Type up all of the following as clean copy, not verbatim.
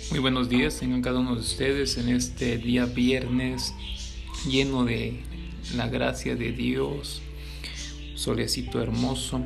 Muy buenos días, tengan cada uno de ustedes en este día viernes lleno de la gracia de Dios, solecito hermoso.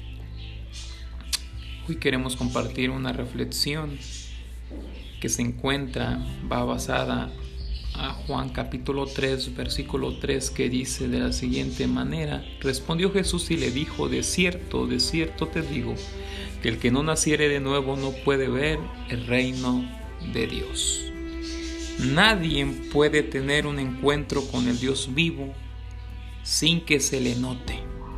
Hoy queremos compartir una reflexión que va basada a Juan capítulo 3, versículo 3, que dice de la siguiente manera: respondió Jesús y le dijo: de cierto te digo, que el que no naciere de nuevo no puede ver el reino de Dios. Nadie puede tener un encuentro con el Dios vivo sin que se le note,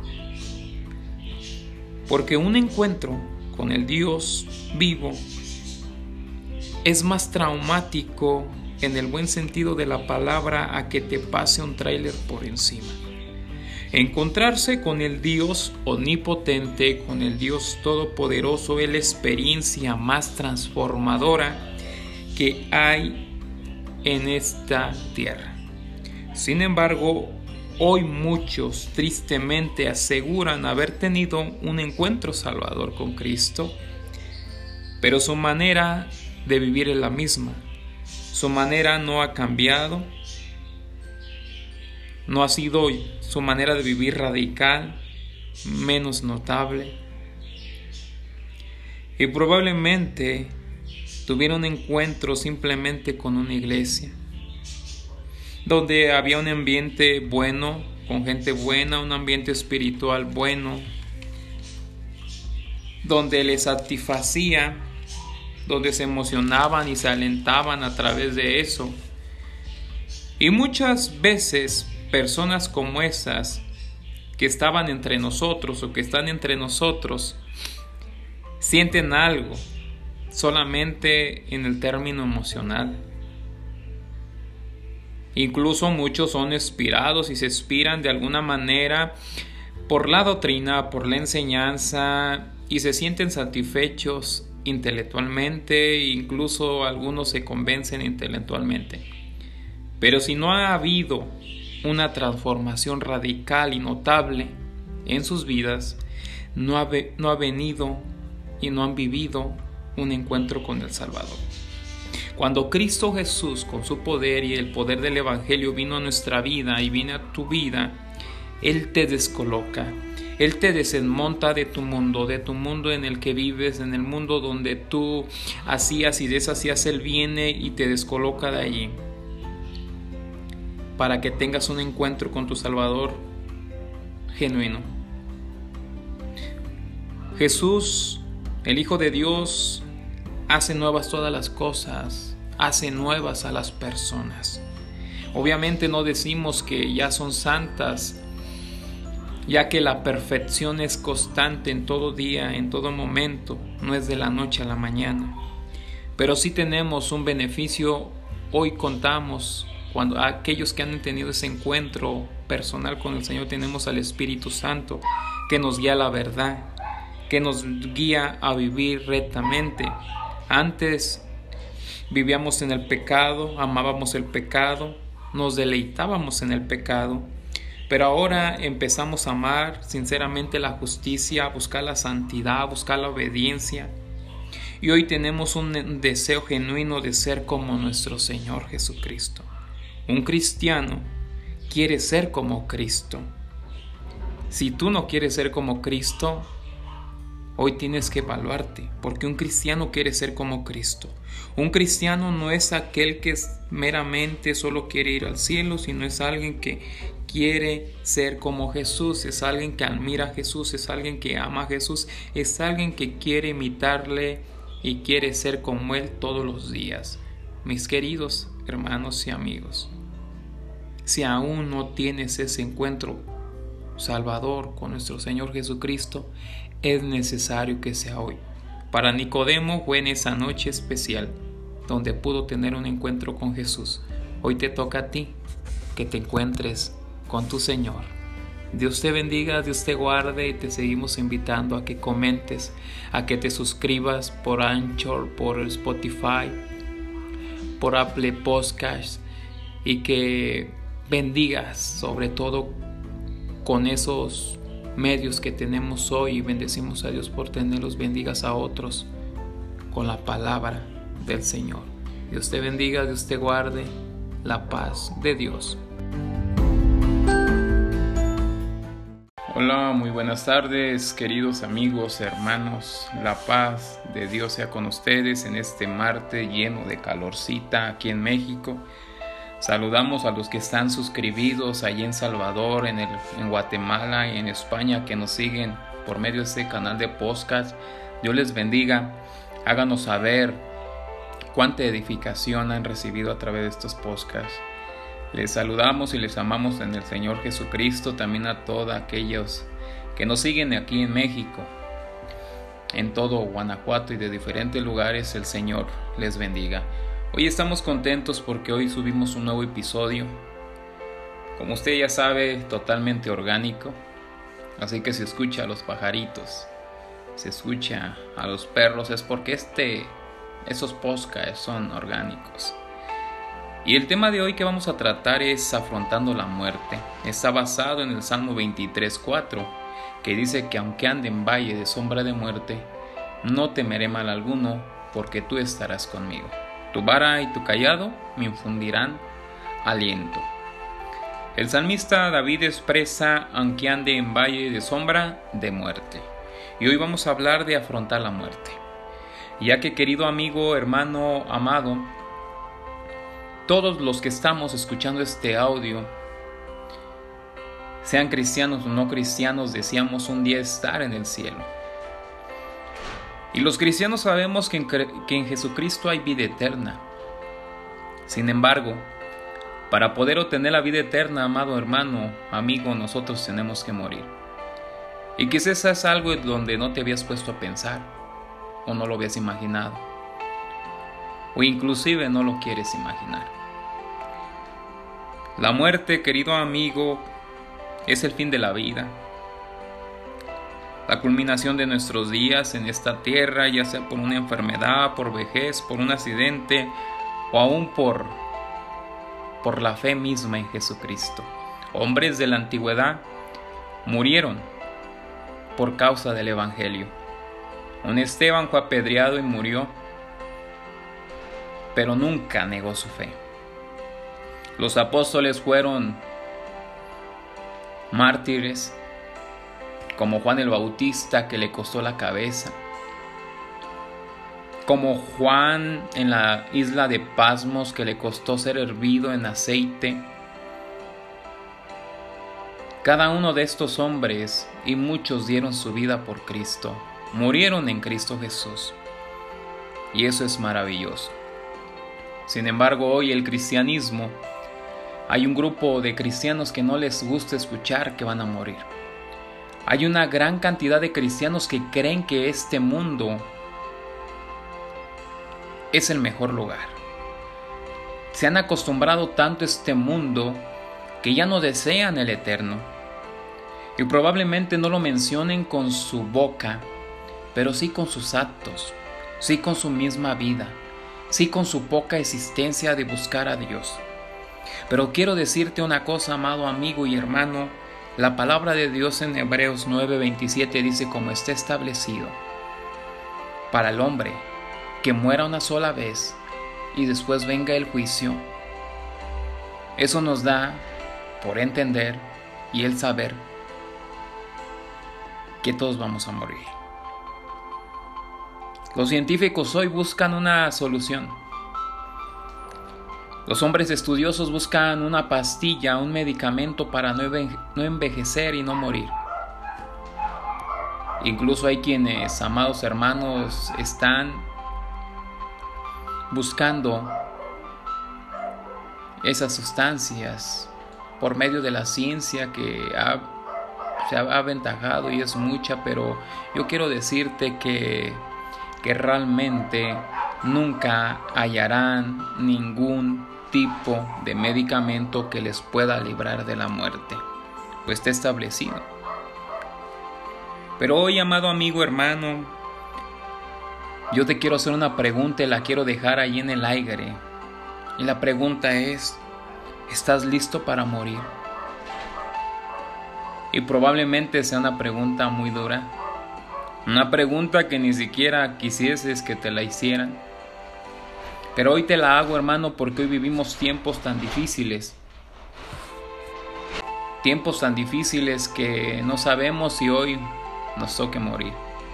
porque un encuentro con el Dios vivo es más traumático en el buen sentido de la palabra a que te pase un tráiler por encima. Encontrarse con el Dios omnipotente, con el Dios todopoderoso, es la experiencia más transformadora que hay en esta tierra. Sin embargo, hoy muchos tristemente aseguran haber tenido un encuentro salvador con Cristo, pero su manera de vivir es la misma. Su manera no ha cambiado, no ha sido su manera de vivir radical, menos notable. Y probablemente tuvieron un encuentro simplemente con una iglesia, donde había un ambiente bueno, con gente buena, un ambiente espiritual bueno, donde les satisfacía, donde se emocionaban y se alentaban a través de eso. Y muchas veces personas como esas que estaban entre nosotros o que están entre nosotros sienten algo solamente en el término emocional. Incluso muchos son inspirados y se inspiran de alguna manera por la doctrina, por la enseñanza, y se sienten satisfechos intelectualmente, incluso algunos se convencen intelectualmente. Pero si no ha habido una transformación radical y notable en sus vidas, no ha venido y no han vivido un encuentro con el Salvador. Cuando Cristo Jesús, con su poder y el poder del Evangelio, vino a nuestra vida y viene a tu vida, Él te descoloca. Él te desmonta de tu mundo en el que vives, en el mundo donde tú hacías y deshacías. Él viene y te descoloca de allí para que tengas un encuentro con tu Salvador genuino. Jesús, el Hijo de Dios, hace nuevas todas las cosas, hace nuevas a las personas. Obviamente no decimos que ya son santas, ya que la perfección es constante en todo día, en todo momento, no es de la noche a la mañana. Pero sí tenemos un beneficio. Hoy contamos, cuando aquellos que han tenido ese encuentro personal con el Señor, tenemos al Espíritu Santo que nos guía a la verdad, que nos guía a vivir rectamente. Antes vivíamos en el pecado, amábamos el pecado, nos deleitábamos en el pecado, pero ahora empezamos a amar sinceramente la justicia, a buscar la santidad, a buscar la obediencia. Y hoy tenemos un deseo genuino de ser como nuestro Señor Jesucristo. Un cristiano quiere ser como Cristo. Si tú no quieres ser como Cristo, hoy tienes que evaluarte, porque un cristiano quiere ser como Cristo. Un cristiano no es aquel que meramente solo quiere ir al cielo, sino es alguien que quiere ser como Jesús, es alguien que admira a Jesús, es alguien que ama a Jesús, es alguien que quiere imitarle y quiere ser como Él todos los días. Mis queridos hermanos y amigos, si aún no tienes ese encuentro salvador con nuestro Señor Jesucristo, es necesario que sea hoy. Para Nicodemo fue en esa noche especial donde pudo tener un encuentro con Jesús. Hoy te toca a ti que te encuentres con tu Señor. Dios te bendiga, Dios te guarde, y te seguimos invitando a que comentes, a que te suscribas por Anchor, por Spotify, por Apple Podcasts, y que bendigas sobre todo con esos medios que tenemos hoy, y bendecimos a Dios por tenerlos. Bendigas a otros con la palabra del Señor. Dios te bendiga, Dios te guarde. La paz de Dios. Hola, muy buenas tardes, queridos amigos, hermanos. La paz de Dios sea con ustedes en este martes lleno de calorcita aquí en México. Saludamos a los que están suscribidos allí en Salvador, en Guatemala y en España, que nos siguen por medio de este canal de podcast. Dios les bendiga. Háganos saber cuánta edificación han recibido a través de estos podcasts. Les saludamos y les amamos en el Señor Jesucristo, también a todos aquellos que nos siguen aquí en México, en todo Guanajuato y de diferentes lugares. El Señor les bendiga. Hoy estamos contentos porque hoy subimos un nuevo episodio, como usted ya sabe, totalmente orgánico, así que se escucha a los pajaritos, se escucha a los perros, es porque esos podcasts son orgánicos. Y el tema de hoy que vamos a tratar es afrontando la muerte. Está basado en el Salmo 23:4, que dice que aunque ande en valle de sombra de muerte, no temeré mal alguno, porque tú estarás conmigo. Tu vara y tu cayado me infundirán aliento. El salmista David expresa aunque ande en valle de sombra de muerte. Y hoy vamos a hablar de afrontar la muerte. Ya que, querido amigo, hermano, amado, todos los que estamos escuchando este audio, sean cristianos o no cristianos, deseamos un día estar en el cielo. Y los cristianos sabemos que en Jesucristo hay vida eterna. Sin embargo, para poder obtener la vida eterna, amado hermano, amigo, nosotros tenemos que morir. Y quizás es algo donde no te habías puesto a pensar, o no lo habías imaginado, o inclusive no lo quieres imaginar. La muerte, querido amigo, es el fin de la vida, la culminación de nuestros días en esta tierra, ya sea por una enfermedad, por vejez, por un accidente o aún por la fe misma en Jesucristo. Hombres de la antigüedad murieron por causa del Evangelio. Un Esteban fue apedreado y murió, pero nunca negó su fe. Los apóstoles fueron mártires, como Juan el Bautista, que le costó la cabeza, como Juan en la isla de Pasmos, que le costó ser hervido en aceite. Cada uno de estos hombres, y muchos dieron su vida por Cristo, murieron en Cristo Jesús, y eso es maravilloso. Sin embargo, hoy el cristianismo, hay un grupo de cristianos que no les gusta escuchar que van a morir. Hay una gran cantidad de cristianos que creen que este mundo es el mejor lugar. Se han acostumbrado tanto a este mundo que ya no desean el eterno. Y probablemente no lo mencionen con su boca, pero sí con sus actos, sí con su misma vida, sí con su poca existencia de buscar a Dios. Pero quiero decirte una cosa, amado amigo y hermano. La palabra de Dios en Hebreos 9:27 dice: como está establecido para el hombre que muera una sola vez y después venga el juicio. Eso nos da por entender y el saber que todos vamos a morir. Los científicos hoy buscan una solución. Los hombres estudiosos buscan una pastilla, un medicamento para no envejecer y no morir. Incluso hay quienes, amados hermanos, están buscando esas sustancias por medio de la ciencia que se ha aventajado y es mucha, pero yo quiero decirte que realmente nunca hallarán ningún tipo de medicamento que les pueda librar de la muerte, pues está establecido. Pero hoy, amado amigo, hermano, yo te quiero hacer una pregunta y la quiero dejar ahí en el aire. Y la pregunta es: ¿estás listo para morir? Y probablemente sea una pregunta muy dura, una pregunta que ni siquiera quisieses que te la hicieran. Pero hoy te la hago, hermano, porque hoy vivimos tiempos tan difíciles. Tiempos tan difíciles que no sabemos si hoy nos toque morir.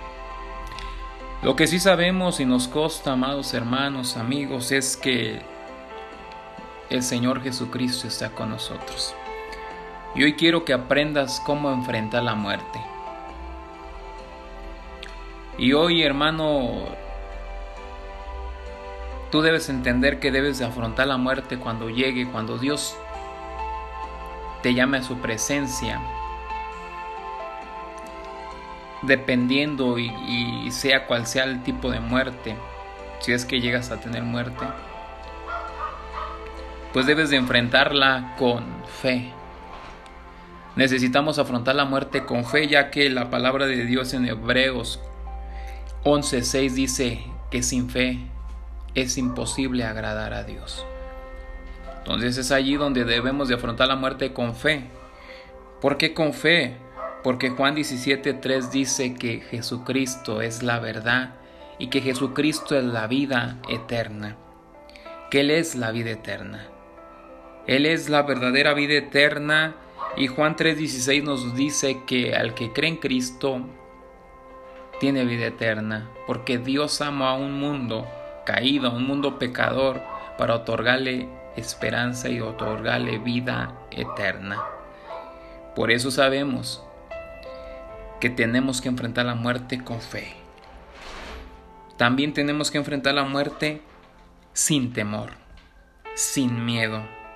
Lo que sí sabemos y nos consta, amados hermanos, amigos, es que el Señor Jesucristo está con nosotros. Y hoy quiero que aprendas cómo enfrentar la muerte. Y hoy, hermano, tú debes entender que debes de afrontar la muerte cuando llegue, cuando Dios te llame a su presencia. Dependiendo y sea cual sea el tipo de muerte, si es que llegas a tener muerte, pues debes de enfrentarla con fe. Necesitamos afrontar la muerte con fe, ya que la palabra de Dios en Hebreos 11:6 dice que sin fe es imposible agradar a Dios. Entonces es allí donde debemos de afrontar la muerte con fe. ¿Por qué con fe? Porque Juan 17:3 dice que Jesucristo es la verdad y que Jesucristo es la vida eterna. Que Él es la vida eterna. Él es la verdadera vida eterna. Y Juan 3:16 nos dice que al que cree en Cristo tiene vida eterna. Porque Dios amó a un mundo caído, a un mundo pecador, para otorgarle esperanza y otorgarle vida eterna. Por eso sabemos que tenemos que enfrentar la muerte con fe. También tenemos que enfrentar la muerte sin temor, sin miedo.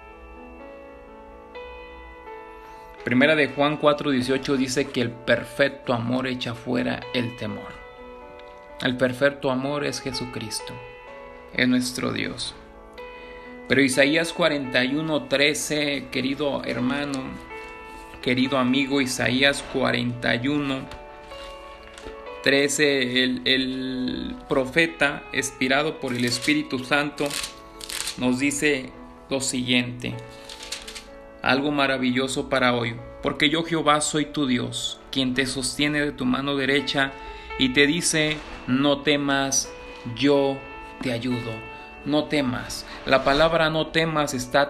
Primera de Juan 4:18 dice que el perfecto amor echa fuera el temor. El perfecto amor es Jesucristo, es nuestro Dios. Pero Isaías 41:13, querido hermano, querido amigo, Isaías 41:13, el profeta inspirado por el Espíritu Santo nos dice lo siguiente, algo maravilloso para hoy. Porque yo, Jehová, soy tu Dios, quien te sostiene de tu mano derecha y te dice, no temas, yo te ayudo. No temas. La palabra no temas está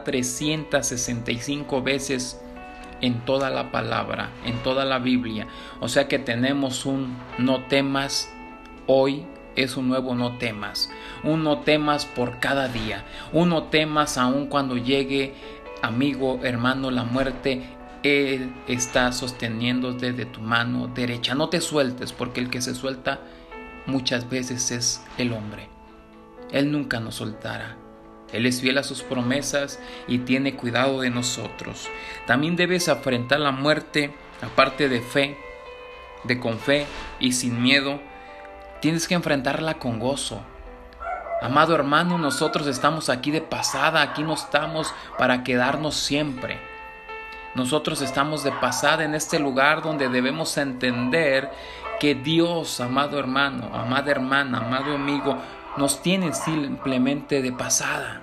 365 veces en toda la palabra, en toda la Biblia. O sea que tenemos un no temas. Hoy es un nuevo no temas. Un no temas por cada día. Un no temas aun cuando llegue, amigo, hermano, la muerte. Él está sosteniéndote de tu mano derecha. No te sueltes, porque el que se suelta muchas veces es el hombre. Él nunca nos soltará. Él es fiel a sus promesas y tiene cuidado de nosotros. También debes enfrentar la muerte, aparte de fe, con fe y sin miedo. Tienes que enfrentarla con gozo. Amado hermano, nosotros estamos aquí de pasada, aquí no estamos para quedarnos siempre. Nosotros estamos de pasada en este lugar donde debemos entender que Dios, amado hermano, amada hermana, amado amigo, nos tiene simplemente de pasada.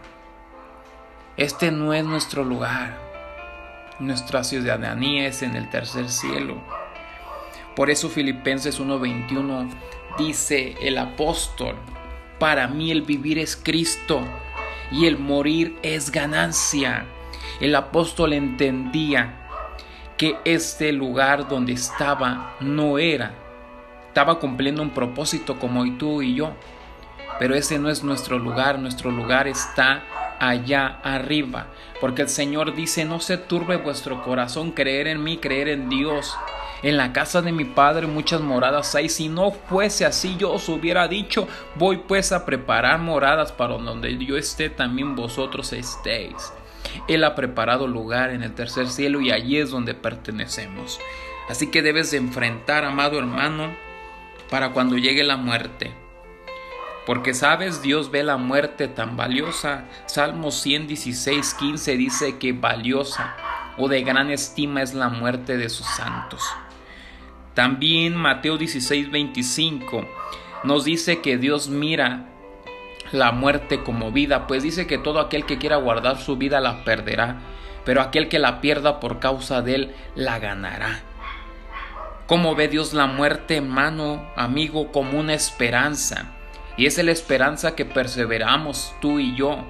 Este no es nuestro lugar. Nuestra ciudadanía es en el tercer cielo. Por eso Filipenses 1:21 dice el apóstol, para mí el vivir es Cristo y el morir es ganancia. El apóstol entendía que este lugar donde estaba no estaba cumpliendo un propósito como tú y yo. Pero ese no es nuestro lugar está allá arriba. Porque el Señor dice, no se turbe vuestro corazón, creer en mí, creer en Dios. En la casa de mi Padre muchas moradas hay. Si no fuese así, yo os hubiera dicho, voy pues a preparar moradas para donde yo esté, también vosotros estéis. Él ha preparado lugar en el tercer cielo y allí es donde pertenecemos. Así que debes de enfrentar, amado hermano, para cuando llegue la muerte. Porque sabes, Dios ve la muerte tan valiosa. Salmos 116:15 dice que valiosa o de gran estima es la muerte de sus santos. También Mateo 16:25 nos dice que Dios mira la muerte como vida, pues dice que todo aquel que quiera guardar su vida la perderá, pero aquel que la pierda por causa de él la ganará. ¿Cómo ve Dios la muerte, hermano, amigo? Como una esperanza. Y esa es la esperanza que perseveramos tú y yo.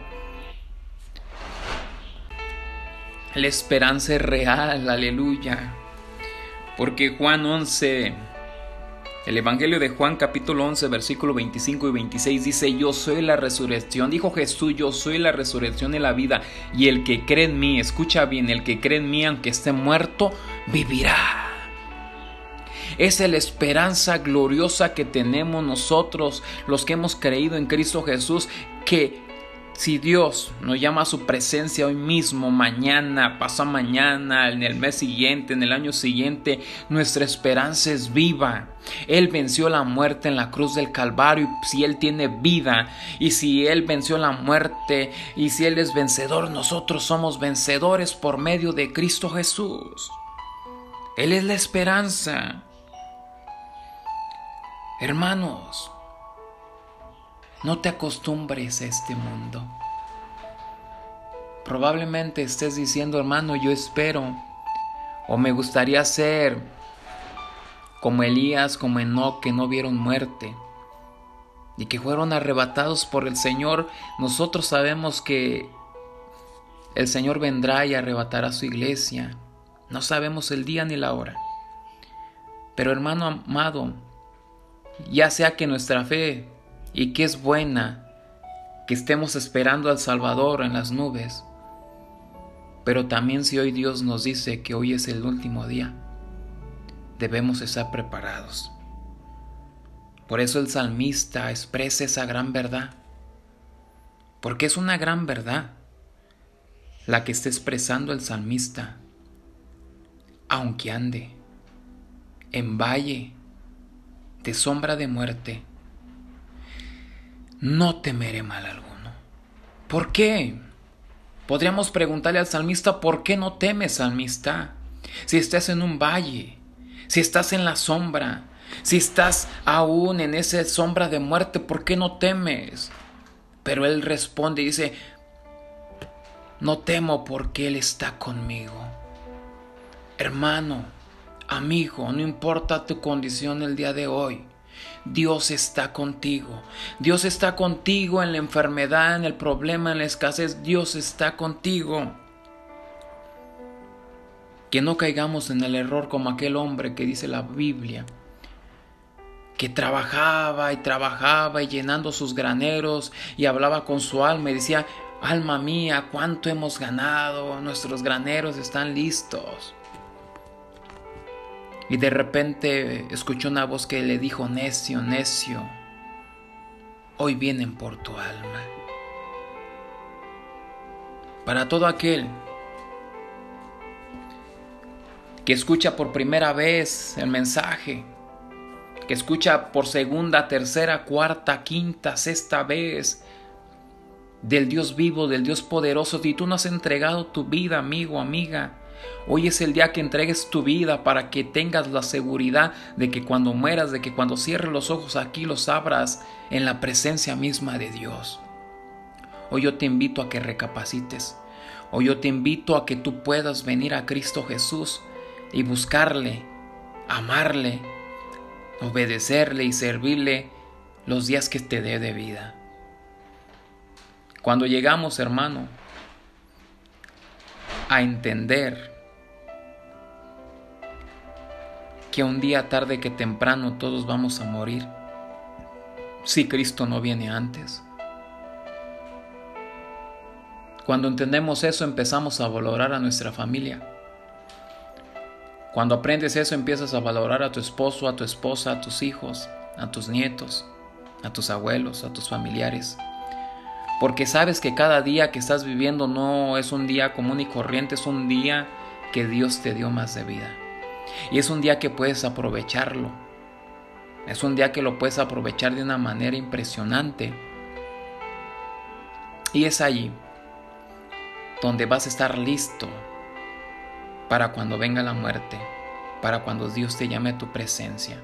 La esperanza es real, aleluya. Porque Juan 11, el Evangelio de Juan capítulo 11, versículo 25 y 26 dice: yo soy la resurrección. Dijo Jesús: yo soy la resurrección y la vida. Y el que cree en mí, escucha bien, el que cree en mí, aunque esté muerto, vivirá. Esa es la esperanza gloriosa que tenemos nosotros, los que hemos creído en Cristo Jesús, que si Dios nos llama a su presencia hoy mismo, mañana, pasado mañana, en el mes siguiente, en el año siguiente, nuestra esperanza es viva. Él venció la muerte en la cruz del Calvario, y si Él tiene vida, y si Él venció la muerte, y si Él es vencedor, nosotros somos vencedores por medio de Cristo Jesús. Él es la esperanza. Hermanos, no te acostumbres a este mundo. Probablemente estés diciendo: hermano, yo espero, o me gustaría ser como Elías, como Enoc, que no vieron muerte y que fueron arrebatados por el Señor. Nosotros sabemos que el Señor vendrá y arrebatará a su iglesia. No sabemos el día ni la hora. Pero hermano amado, ya sea que nuestra fe, y que es buena, que estemos esperando al Salvador en las nubes, pero también si hoy Dios nos dice que hoy es el último día, debemos estar preparados. Por eso el salmista expresa esa gran verdad, porque es una gran verdad la que está expresando el salmista. Aunque ande en valle de sombra de muerte, no temeré mal alguno. ¿Por qué? Podríamos preguntarle al salmista: ¿por qué no temes, salmista? Si estás en un valle, si estás en la sombra, si estás aún en esa sombra de muerte, ¿por qué no temes? Pero él responde y dice: no temo porque Él está conmigo. Hermano, amigo, no importa tu condición el día de hoy, Dios está contigo. Dios está contigo en la enfermedad, en el problema, en la escasez. Dios está contigo. Que no caigamos en el error como aquel hombre que dice la Biblia, que trabajaba y llenando sus graneros, y hablaba con su alma y decía: alma mía, cuánto hemos ganado, nuestros graneros están listos. Y de repente escuchó una voz que le dijo: necio, necio, hoy vienen por tu alma. Para todo aquel que escucha por primera vez el mensaje, que escucha por segunda, tercera, cuarta, quinta, sexta vez del Dios vivo, del Dios poderoso, y tú no has entregado tu vida, amigo, amiga, hoy es el día que entregues tu vida para que tengas la seguridad de que cuando mueras, de que cuando cierres los ojos aquí los abras en la presencia misma de Dios. Hoy yo te invito a que recapacites. Hoy yo te invito a que tú puedas venir a Cristo Jesús y buscarle, amarle, obedecerle y servirle los días que te dé de vida. Cuando llegamos, hermano, a entender que un día tarde que temprano todos vamos a morir, si Cristo no viene antes. Cuando entendemos eso, empezamos a valorar a nuestra familia. Cuando aprendes eso, empiezas a valorar a tu esposo, a tu esposa, a tus hijos, a tus nietos, a tus abuelos, a tus familiares. Porque sabes que cada día que estás viviendo no es un día común y corriente, es un día que Dios te dio más de vida. Y es un día que puedes aprovecharlo. Es un día que lo puedes aprovechar de una manera impresionante. Y es allí donde vas a estar listo para cuando venga la muerte, para cuando Dios te llame a tu presencia.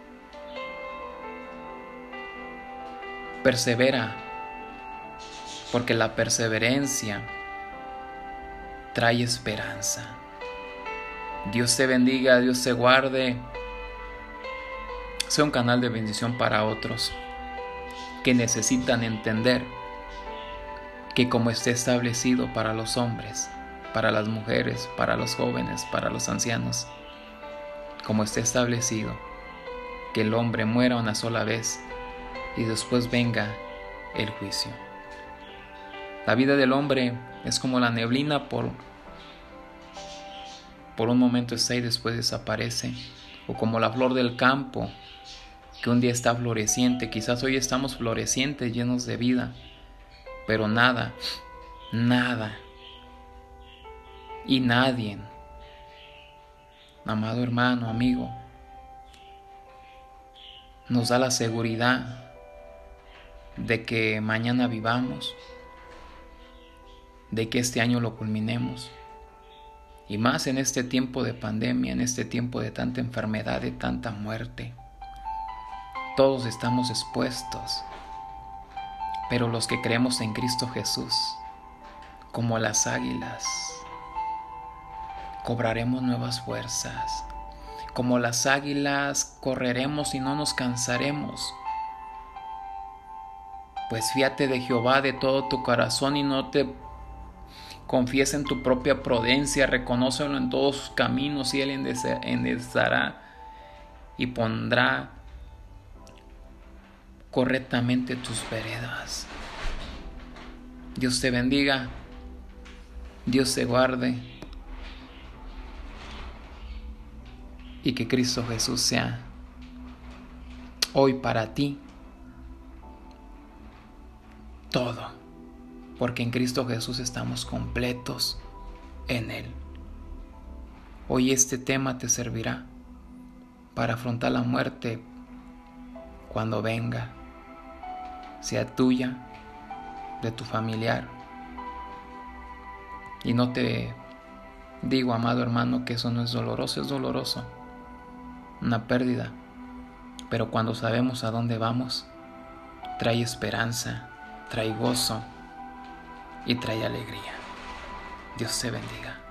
Persevera, porque la perseverancia trae esperanza. Dios te bendiga, Dios te guarde. Sea un canal de bendición para otros. que necesitan entender que como está establecido para los hombres, para las mujeres, para los jóvenes, para los ancianos, como está establecido que el hombre muera una sola vez y después venga el juicio. La vida del hombre es como la neblina, por un momento está y después desaparece, o como la flor del campo que un día está floreciente. Quizás hoy estamos florecientes, llenos de vida, pero nada y nadie, amado hermano, amigo, nos da la seguridad de que mañana vivamos, de que este año lo culminemos. Y más en este tiempo de pandemia, en este tiempo de tanta enfermedad, de tanta muerte. Todos estamos expuestos, pero los que creemos en Cristo Jesús, como las águilas, cobraremos nuevas fuerzas. Como las águilas correremos y no nos cansaremos. Pues fíate de Jehová de todo tu corazón y no te confíes en tu propia prudencia. Reconócelo en todos sus caminos y Él enderezará y pondrá correctamente tus veredas. Dios te bendiga, Dios te guarde y que Cristo Jesús sea hoy para ti todo, porque en Cristo Jesús estamos completos en Él. Hoy este tema te servirá para afrontar la muerte cuando venga, sea tuya, de tu familiar. Y no te digo, amado hermano, que eso no es doloroso, es doloroso, una pérdida, pero cuando sabemos a dónde vamos, trae esperanza, trae gozo y trae alegría. Dios te bendiga.